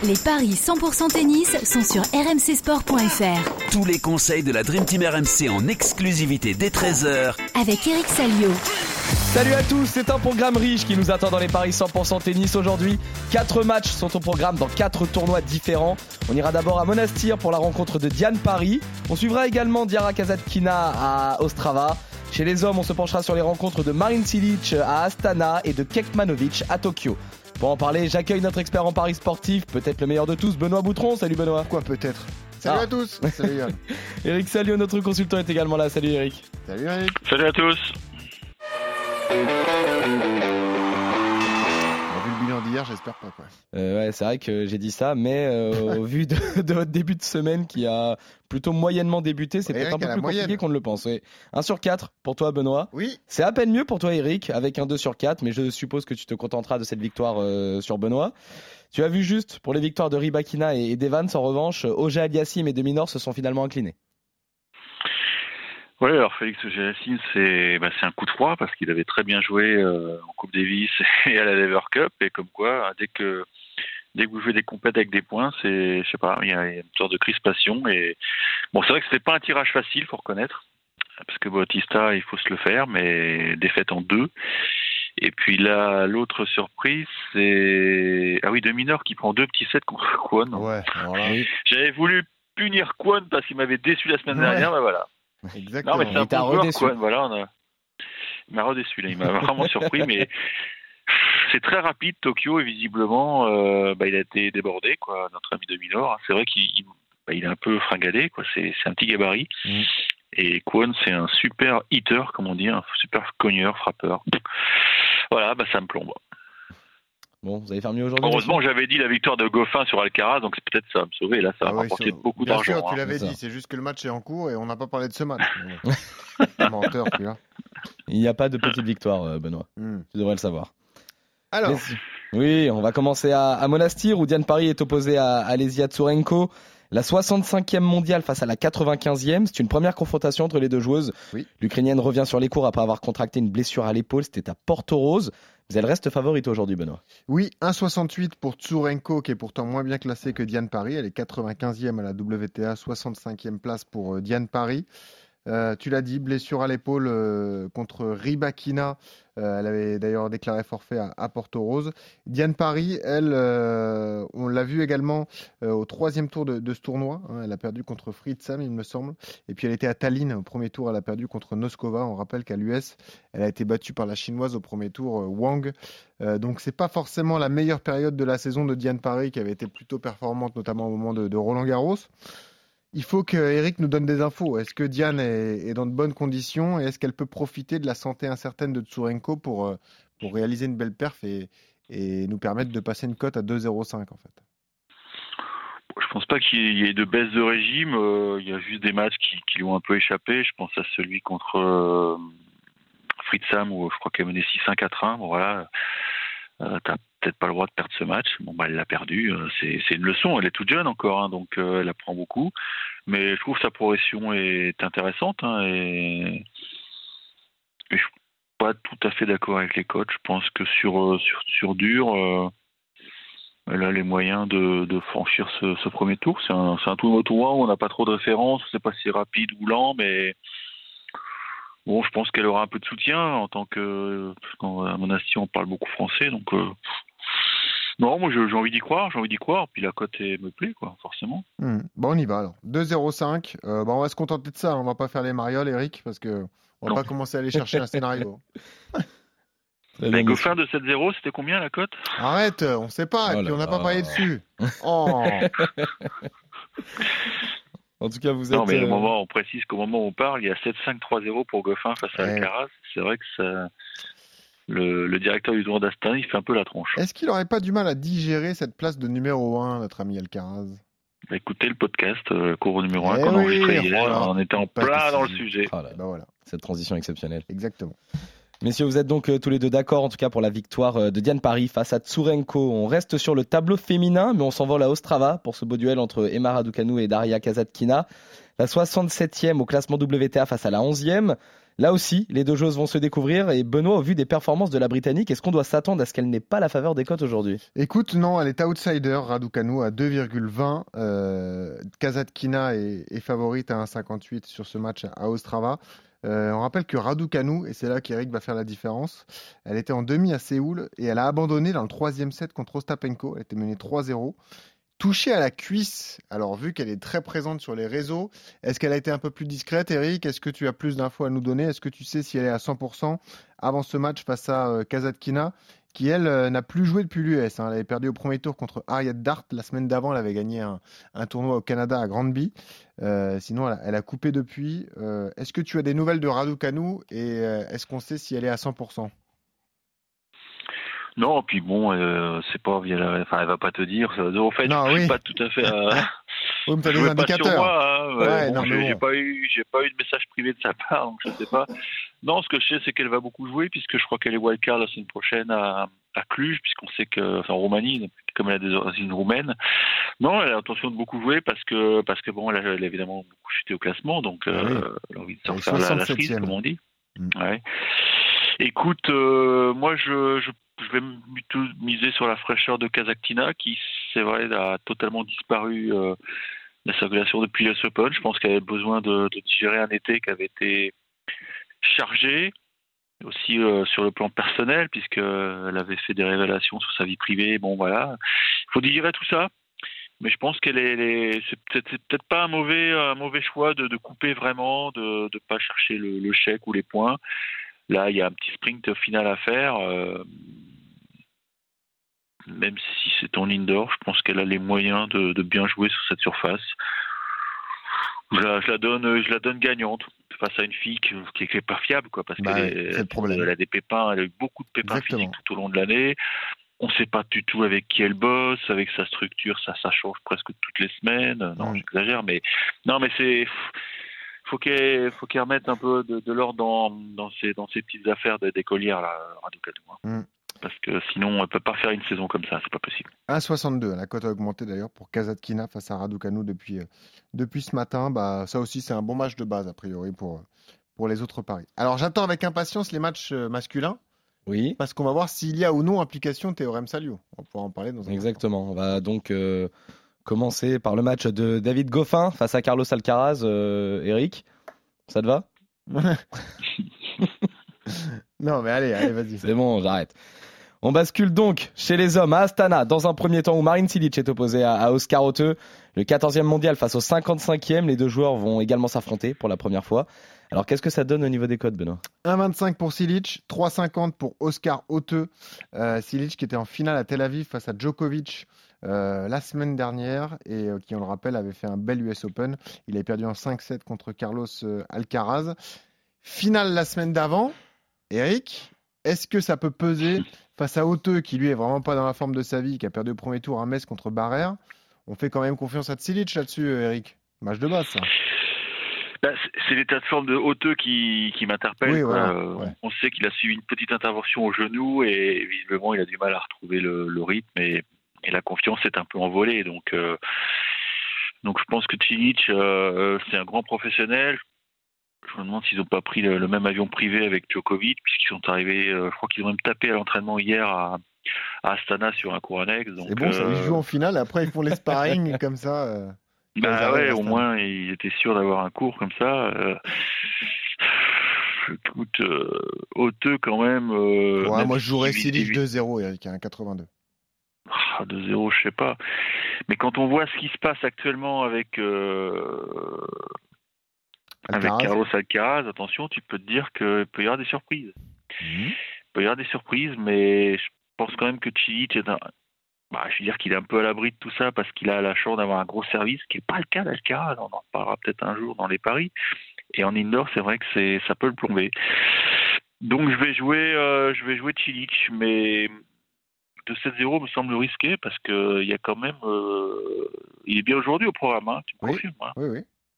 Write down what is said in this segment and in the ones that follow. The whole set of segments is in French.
Les paris 100% tennis sont sur rmcsport.fr. Tous les conseils de la Dream Team RMC en exclusivité dès 13h avec Eric Salio. Salut à tous, c'est un programme riche qui nous attend dans les paris 100% tennis aujourd'hui. 4 matchs sont au programme dans 4 tournois différents. On ira d'abord à Monastir pour la rencontre de Diane Paris. On suivra également Diarra Kasatkina à Ostrava. Chez les hommes, on se penchera sur les rencontres de Marin Cilic à Astana et de Kekmanovic à Tokyo. Pour en parler, j'accueille notre expert en paris sportif, peut-être le meilleur de tous, Benoît Boutron. Salut Benoît. Quoi peut-être. Salut à tous. Salut Yann. Eric Salio, notre consultant, est également là. Salut Eric. Salut Eric. Salut à tous. On a vu le bilan d'hier, j'espère pas quoi. Ouais, c'est vrai que j'ai dit ça, mais au vu de votre début de semaine qui a plutôt moyennement débuté, c'est peut-être un peu plus compliqué qu'on ne le pense. Ouais. 1 sur 4 pour toi Benoît. Oui. C'est à peine mieux pour toi Eric, avec un 2 sur 4, mais je suppose que tu te contenteras de cette victoire sur Benoît. Tu as vu juste pour les victoires de Rybakina et d'Evans. En revanche, Auger-Aliassime et Deminor se sont finalement inclinés. Oui, alors Félix Auger-Aliassime, c'est un coup de froid parce qu'il avait très bien joué en Coupe Davis et à la Lever Cup, et comme quoi, dès que vous jouez des compètes avec des points, c'est, je sais pas, il y a une sorte de crispation. Et bon, c'est vrai que c'était pas un tirage facile, faut reconnaître, parce que Bautista, il faut se le faire, mais défaite en 2. Et puis là, l'autre surprise, c'est Deminor qui prend 2 petits sets contre Kwon. Ouais. Alors là, oui. J'avais voulu punir Kwon parce qu'il m'avait déçu la semaine dernière, mais voilà. Exactement. Non, mais c'est un bon joueur, Kwon. Voilà, il m'a redéçu là, il m'a vraiment surpris, mais c'est très rapide Tokyo, et visiblement, il a été débordé, quoi, notre ami Deminor. C'est vrai qu'il est un peu fringadé, quoi. C'est un petit gabarit. Et Kwon, c'est un super hitter, comme on dit, un super cogneur, frappeur. Voilà, ça me plombe. Bon, vous allez faire mieux aujourd'hui. Heureusement, j'avais dit la victoire de Goffin sur Alcaraz, donc c'est peut-être ça va me sauver. Et là, ça va rapporter beaucoup bien d'argent. Bien sûr, tu l'avais dit, c'est juste que le match est en cours et on n'a pas parlé de ce match. Menteur, celui-là. Il n'y a pas de petite victoire, Benoît. Tu devrais le savoir. Alors. Oui, on va commencer à Monastir, où Diane Paris est opposée à Alesia Tsurenko. La 65e mondiale face à la 95e, c'est une première confrontation entre les deux joueuses. Oui. L'Ukrainienne revient sur les cours après avoir contracté une blessure à l'épaule, c'était à Porto Rose. Mais elle reste favorite aujourd'hui, Benoît. Oui, 1,68 pour Tsurenko, qui est pourtant moins bien classée que Diane Paris. Elle est 95e à la WTA, 65e place pour Diane Paris. Tu l'as dit, blessure à l'épaule contre Rybakina. Elle avait d'ailleurs déclaré forfait à Porto Rose. Diane Paris, elle, on l'a vu également au 3e tour de ce tournoi. Elle a perdu contre Friedsam, il me semble. Et puis elle était à Tallinn au premier tour. Elle a perdu contre Noskova. On rappelle qu'à l'US, elle a été battue par la chinoise au premier tour, Wang. Donc c'est pas forcément la meilleure période de la saison de Diane Paris, qui avait été plutôt performante, notamment au moment de Roland Garros. Il faut que Eric nous donne des infos. Est-ce que Diane est dans de bonnes conditions et est-ce qu'elle peut profiter de la santé incertaine de Tsurenko pour réaliser une belle perf et nous permettre de passer une cote à 2,05 en fait? Je pense pas qu'il y ait de baisse de régime. Il y a juste des matchs qui lui ont un peu échappé. Je pense à celui contre Friedsam où je crois qu'elle menait 6-1, 4-1. Bon, voilà. T'as peut-être pas le droit de perdre ce match. Bon, elle l'a perdu. C'est une leçon. Elle est toute jeune encore, donc elle apprend beaucoup. Mais je trouve que sa progression est intéressante. Et je suis pas tout à fait d'accord avec les coachs. Je pense que sur dur, elle a les moyens de franchir ce premier tour. C'est un tournoi où on n'a pas trop de références. C'est pas si rapide ou lent, mais bon, je pense qu'elle aura un peu de soutien en tant que... Parce qu'à Monastir, on parle beaucoup français, donc... Non, moi j'ai envie d'y croire, puis la cote me plaît, quoi, forcément. Bon, on y va alors. 2,05. On va se contenter de ça, on va pas faire les marioles, Eric, parce que on va pas commencer à aller chercher un scénario. Avec Goffin de 7-0, c'était combien la cote? Arrête, on sait pas, et puis on n'a pas parlé dessus. Oh. En tout cas, vous êtes... Non, mais on précise qu'au moment où on parle, il y a 7-5-3-0 pour Goffin face à Alcaraz. C'est vrai que ça... Le directeur du tournoi d'Astana, il fait un peu la tronche. Est-ce qu'il n'aurait pas du mal à digérer cette place de numéro 1, notre ami Alcaraz? Écoutez le podcast, cours numéro 1 qu'on a enregistré hier, on était en plein dans le sujet. Voilà. Cette transition exceptionnelle. Exactement. Messieurs, vous êtes donc tous les deux d'accord, en tout cas pour la victoire de Diane Paris face à Tsurenko. On reste sur le tableau féminin, mais on s'envole à Ostrava pour ce beau duel entre Emma Raducanu et Daria Kasatkina. La 67e au classement WTA face à la 11e. Là aussi, les deux joueuses vont se découvrir. Et Benoît, au vu des performances de la Britannique, est-ce qu'on doit s'attendre à ce qu'elle n'ait pas la faveur des cotes aujourd'hui ? Écoute, non, elle est outsider, Raducanu à 2,20. Kasatkina est favorite à 1,58 sur ce match à Ostrava. On rappelle que Raducanu, et c'est là qu'Eric va faire la différence, elle était en demi à Séoul et elle a abandonné dans le troisième set contre Ostapenko. Elle était menée 3-0. Touchée à la cuisse, alors vu qu'elle est très présente sur les réseaux, est-ce qu'elle a été un peu plus discrète, Eric ? Est-ce que tu as plus d'infos à nous donner ? Est-ce que tu sais si elle est à 100% avant ce match face à Kasatkina, qui elle n'a plus joué depuis l'US, hein. Elle avait perdu au premier tour contre Harriet Dart. La semaine d'avant, elle avait gagné un tournoi au Canada à Granby. Sinon, elle a coupé depuis. Est-ce que tu as des nouvelles de Raducanu et est-ce qu'on sait si elle est à 100%? Non, puis bon, c'est pas elle va pas te dire. En fait, Non, je oui. suis pas tout à fait. Oui, mais t'as Je des jouais pas sur indicateurs. moi, hein. Ouais, Bon, non, mais j'ai bon. pas eu de message privé de sa part, donc je sais pas. Non, ce que je sais, c'est qu'elle va beaucoup jouer, puisque je crois qu'elle est wildcard la semaine prochaine à Cluj, puisqu'on sait en Roumanie, comme elle a des origines roumaines. Non, elle a l'intention de beaucoup jouer parce que bon, elle a évidemment beaucoup chuté au classement, donc Oui. elle a envie de se Elle est refaire la cerise, 67e. comme on dit. Mm. Ouais. Écoute, moi je vais plutôt miser sur la fraîcheur de Kasatkina, qui c'est vrai a totalement disparu de la circulation depuis l'US Open. Je pense qu'elle avait besoin de digérer un été qui avait été chargé, aussi sur le plan personnel, puisqu'elle avait fait des révélations sur sa vie privée. Bon voilà, il faut digérer tout ça. Mais je pense c'est peut-être pas un mauvais choix de couper vraiment, de pas chercher le chèque ou les points. Là, il y a un petit sprint final à faire. Même si c'est en indoor, je pense qu'elle a les moyens de bien jouer sur cette surface. Je la donne gagnante face à une fille qui est pas fiable, quoi, parce c'est le problème. elle a des pépins, elle a eu beaucoup de pépins Exactement. physiques tout au long de l'année. On ne sait pas du tout avec qui elle bosse, avec sa structure, ça change presque toutes les semaines. Non, j'exagère, mais faut qu'elle remette un peu de l'ordre dans ces petites affaires d'écolière là, Raducanu. Parce que sinon, elle peut pas faire une saison comme ça, c'est pas possible. 1,62, la cote a augmenté d'ailleurs pour Kasatkina face à Raducanu depuis ce matin. Bah, ça aussi, c'est un bon match de base a priori pour les autres paris. Alors j'attends avec impatience les matchs masculins. Oui. Parce qu'on va voir s'il y a ou non implication théorème Salio. On pourra en parler dans un Exactement. On va donc commencer par le match de David Goffin face à Carlos Alcaraz. Eric, ça te va ? Non, mais allez, vas-y. C'est bon, j'arrête. On bascule donc chez les hommes à Astana, dans un premier temps où Marin Cilic est opposé à Oscar Otte, le 14e mondial face au 55e. Les deux joueurs vont également s'affronter pour la première fois. Alors, qu'est-ce que ça donne au niveau des cotes, Benoît ? 1,25 pour Cilic, 3,50 pour Oscar Otte. Cilic qui était en finale à Tel Aviv face à Djokovic la semaine dernière et qui, on le rappelle, avait fait un bel US Open. Il avait perdu en 5-7 contre Carlos Alcaraz. Finale la semaine d'avant. Eric, est-ce que ça peut peser face à Otte, qui lui est vraiment pas dans la forme de sa vie, qui a perdu au premier tour à Metz contre Barrère? On fait quand même confiance à Cilic là-dessus, Eric. Match de base, ça. C'est l'état de forme de Otte qui m'interpelle. Oui, voilà, ouais. On sait qu'il a suivi une petite intervention au genou et visiblement il a du mal à retrouver le rythme et la confiance est un peu envolée. Donc je pense que Cilic, c'est un grand professionnel. Je me demande s'ils n'ont pas pris le même avion privé avec Djokovic, puisqu'ils sont arrivés, je crois qu'ils ont même tapé à l'entraînement hier à Astana sur un cours annexe. C'est bon, ça, ils jouent en finale, après ils font les sparring comme ça. Au moins ils étaient sûrs d'avoir un cours comme ça. Écoute, Otte quand même. Moi je jouerais Cilic 2-0, Eric, à 1,82. 2-0, je sais pas. Mais quand on voit ce qui se passe actuellement avec Carlos Alcaraz, attention, tu peux te dire qu'il peut y avoir des surprises. Il peut y avoir des surprises, mais je pense quand même que Cilic est je veux dire qu'il est un peu à l'abri de tout ça parce qu'il a la chance d'avoir un gros service, ce qui n'est pas le cas d'Alcaraz. On en parlera peut-être un jour dans les paris. Et en indoor, c'est vrai que ça peut le plomber. Donc je vais jouer Cilic, mais 2-7-0 me semble risqué parce que il y a quand même, il est bien aujourd'hui au programme, hein, tu me confirmes. Hein. Oui.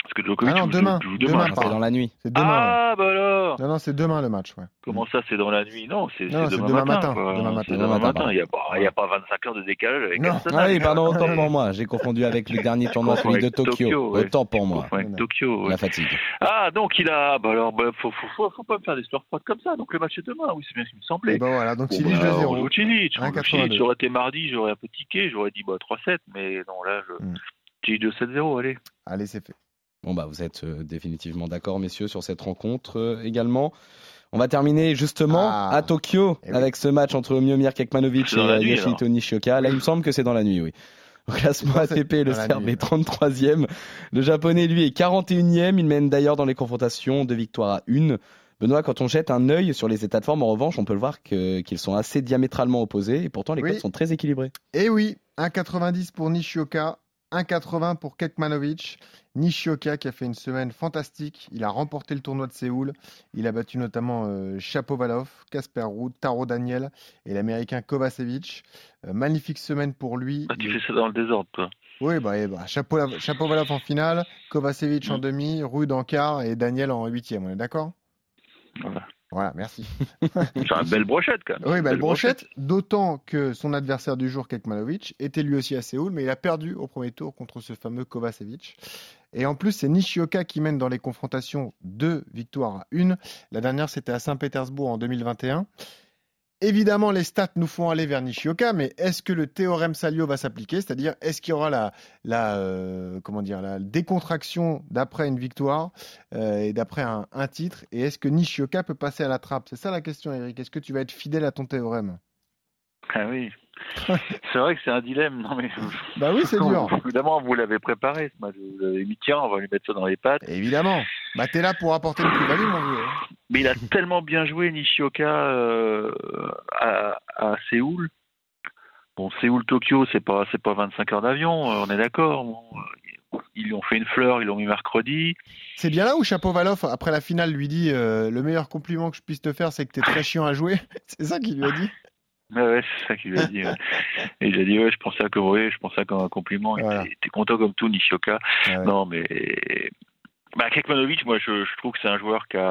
Parce que Djokovic demain. joue Demain, je C'est crois. dans la nuit. C'est demain. Ah, bah alors Non, c'est demain le match, ouais. Comment ça, c'est dans la nuit? Non, c'est Non, demain matin. quoi. Demain matin. C'est demain matin. Il n'y a pas 25 heures de décalage avec Non. Astana. Ah oui, pardon, autant pour moi. J'ai confondu avec le dernier tournoi, celui de Avec Tokyo. ouais. Autant pour moi. Avec Tokyo, ouais. La fatigue. Ah, donc il a. Bah alors, faut pas me faire des histoires froides comme ça. Donc le match est demain, oui, c'est bien ce qui me semblait. Et ben voilà, donc Bon, Cilic bah, 2-0. on Cilic, 1,82. j'aurais été mardi, j'aurais un peu tiqué, j'aurais dit 3-7, mais non, là, Cilic 2-7-0, allez. Allez, c'est fait. Bon bah vous êtes définitivement d'accord messieurs sur cette rencontre également. On va terminer justement à Tokyo avec ce match entre Miomir Kekmanovic et Yoshihito Nishioka. Là il me semble que c'est dans la nuit, oui. Au classement ATP, le Serbe est 33e. Le Japonais lui est 41e. Il mène d'ailleurs dans les confrontations 2 victoires à 1. Benoît, quand on jette un œil sur les états de forme, en revanche, on peut le voir qu'ils sont assez diamétralement opposés et pourtant les cotes sont très équilibrées. Et oui, 1,90 pour Nishioka, 1,80 pour Kekmanovic. Nishioka qui a fait une semaine fantastique. Il a remporté le tournoi de Séoul. Il a battu notamment Shapovalov, Casper Ruud, Taro Daniel et l'Américain Kovacevic. Magnifique semaine pour lui. Ah, tu fais ça dans le désordre, toi. Oui, Shapovalov en finale, Kovacevic en demi, Ruud en quart et Daniel en 8e. On est d'accord ? Voilà, merci. C'est une belle brochette, quand même. Oui, belle brochette. D'autant que son adversaire du jour, Kekmanovic, était lui aussi à Séoul, mais il a perdu au premier tour contre ce fameux Kovacevic. Et en plus, c'est Nishioka qui mène dans les confrontations 2 victoires à 1. La dernière, c'était à Saint-Pétersbourg en 2021. Évidemment, les stats nous font aller vers Nishioka, mais est-ce que le théorème Salio va s'appliquer ? C'est-à-dire, est-ce qu'il y aura la décontraction d'après une victoire et d'après un titre ? Et est-ce que Nishioka peut passer à la trappe ? C'est ça la question, Eric. Est-ce que tu vas être fidèle à ton théorème ? Ah oui. C'est vrai que c'est un dilemme. Non, mais... Bah oui, c'est dur. Évidemment, vous l'avez préparé ce match. Vous l'avez mis, tiens, on va lui mettre ça dans les pattes. Évidemment. Bah, t'es là pour apporter une plus-value, mon vieux. Mais il a tellement bien joué, Nishioka, à Séoul. Bon, Séoul-Tokyo, c'est pas 25 heures d'avion, on est d'accord. Bon, ils lui ont fait une fleur, ils l'ont mis mercredi. C'est bien là où Shapovalov, après la finale, lui dit le meilleur compliment que je puisse te faire, c'est que t'es très chiant à jouer. C'est ça qu'il lui a dit. Ouais, c'est ça qu'il lui a dit. Ouais. Et il a dit, je pensais à comme un compliment. Voilà. Il était content comme tout, Nishioka. Ouais. Non, mais... Kekmanovic, moi, je trouve que c'est un joueur c'est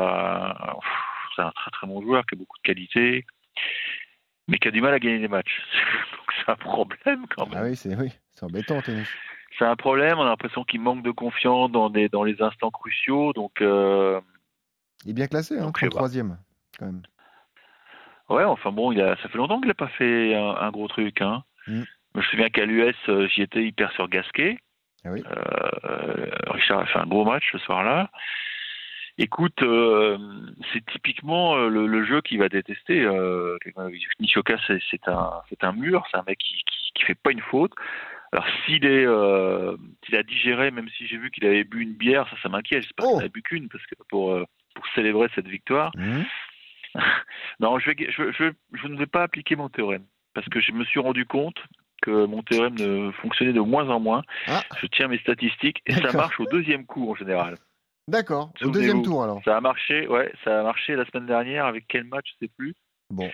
un très très bon joueur, qui a beaucoup de qualité, mais qui a du mal à gagner des matchs. Donc c'est un problème quand même. Ah oui, c'est embêtant en tennis. C'est un problème, on a l'impression qu'il manque de confiance dans les instants cruciaux. Donc, il est bien classé, 33e quand même. Ouais, enfin bon, ça fait longtemps qu'il n'a pas fait un gros truc. Hein. Je me souviens qu'à l'US, j'y étais hyper sur Gasquet. Ah oui. Richard a fait un gros match ce soir-là. Écoute, c'est typiquement le jeu qu'il va détester. Nishioka, c'est un mur, c'est un mec qui fait pas une faute. Alors s'il a digéré, même si j'ai vu qu'il avait bu une bière, ça m'inquiète. J'espère qu'il n'en a bu qu'une parce que pour célébrer cette victoire. Non, je ne vais pas appliquer mon théorème parce que je me suis rendu compte que mon théorème ne fonctionnait de moins en moins. Je tiens mes statistiques et ça marche au deuxième coup en général. D'accord, au deuxième tour alors. Ça a marché la semaine dernière avec quel match, je sais plus. Bon,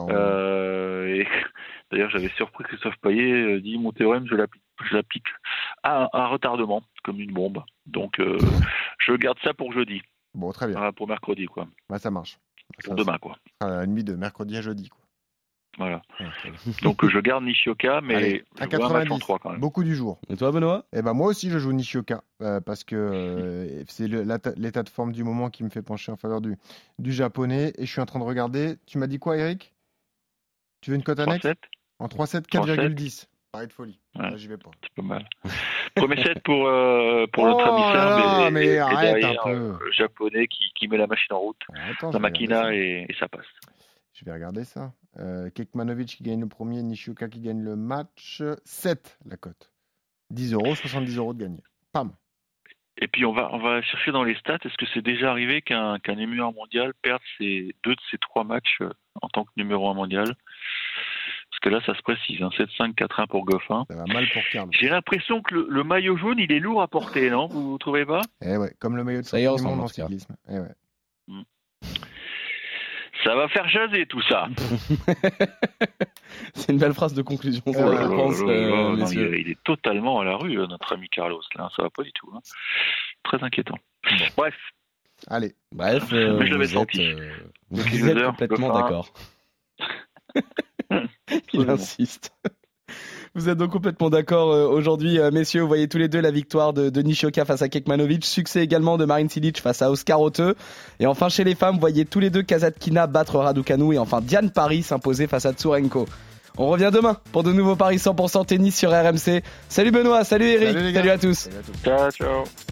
et d'ailleurs j'avais surpris que Christophe Payet dit mon théorème je l'applique à un retardement comme une bombe. Donc je garde ça pour jeudi. Bon, très bien. Pour mercredi quoi. Bah ça marche. Pour demain quoi. À la nuit de mercredi à jeudi quoi. Voilà. Donc je garde Nishioka, mais allez, je vois un match en 3 quand même. Beaucoup du jour. Et toi, Benoît ? Moi aussi, je joue Nishioka parce que c'est l'état de forme du moment qui me fait pencher en faveur du Japonais. Et je suis en train de regarder. Tu m'as dit quoi, Eric ? Tu veux une cote annexe ? En 3-7, 4,10. Pareil de folie. Ouais. Là, j'y vais pas. C'est pas mal. Premier set pour notre ami serbe et derrière le Japonais qui met la machine en route. La Makina et ça passe. Je vais regarder ça. Kekmanovic qui gagne le premier, Nishioka qui gagne le match. 7 la cote. 10 €, 70 € de gagné. Pam. Et puis on va chercher dans les stats. Est-ce que c'est déjà arrivé qu'un numéro 1 mondial perde 2 de ses 3 matchs en tant que numéro 1 mondial ? Parce que là, ça se précise. 7-5, 4-1 pour Goffin. Ça va mal pour Karl. J'ai l'impression que le maillot jaune, il est lourd à porter, non ? Vous trouvez pas ? Eh ouais, comme le maillot de ça y du monde en cyclisme. Eh ouais. Ça va faire jaser tout ça. C'est une belle phrase de conclusion, je pense. Il est totalement à la rue, notre ami Carlos. Là, ça va pas du tout. Hein. très inquiétant. Bref. Allez. Bref, Mais je l'avais senti. Vous êtes complètement d'accord. Il insiste. Vous êtes donc complètement d'accord aujourd'hui, messieurs. Vous voyez tous les deux la victoire de Nishioka face à Kekmanovic. Succès également de Marin Cilic face à Oscar Otte. Et enfin, chez les femmes, vous voyez tous les deux Kasatkina battre Raducanu. Et enfin, Diane Paris s'imposer face à Tsurenko. On revient demain pour de nouveaux paris 100% tennis sur RMC. Salut Benoît, salut Eric, salut à tous. Ciao, ciao.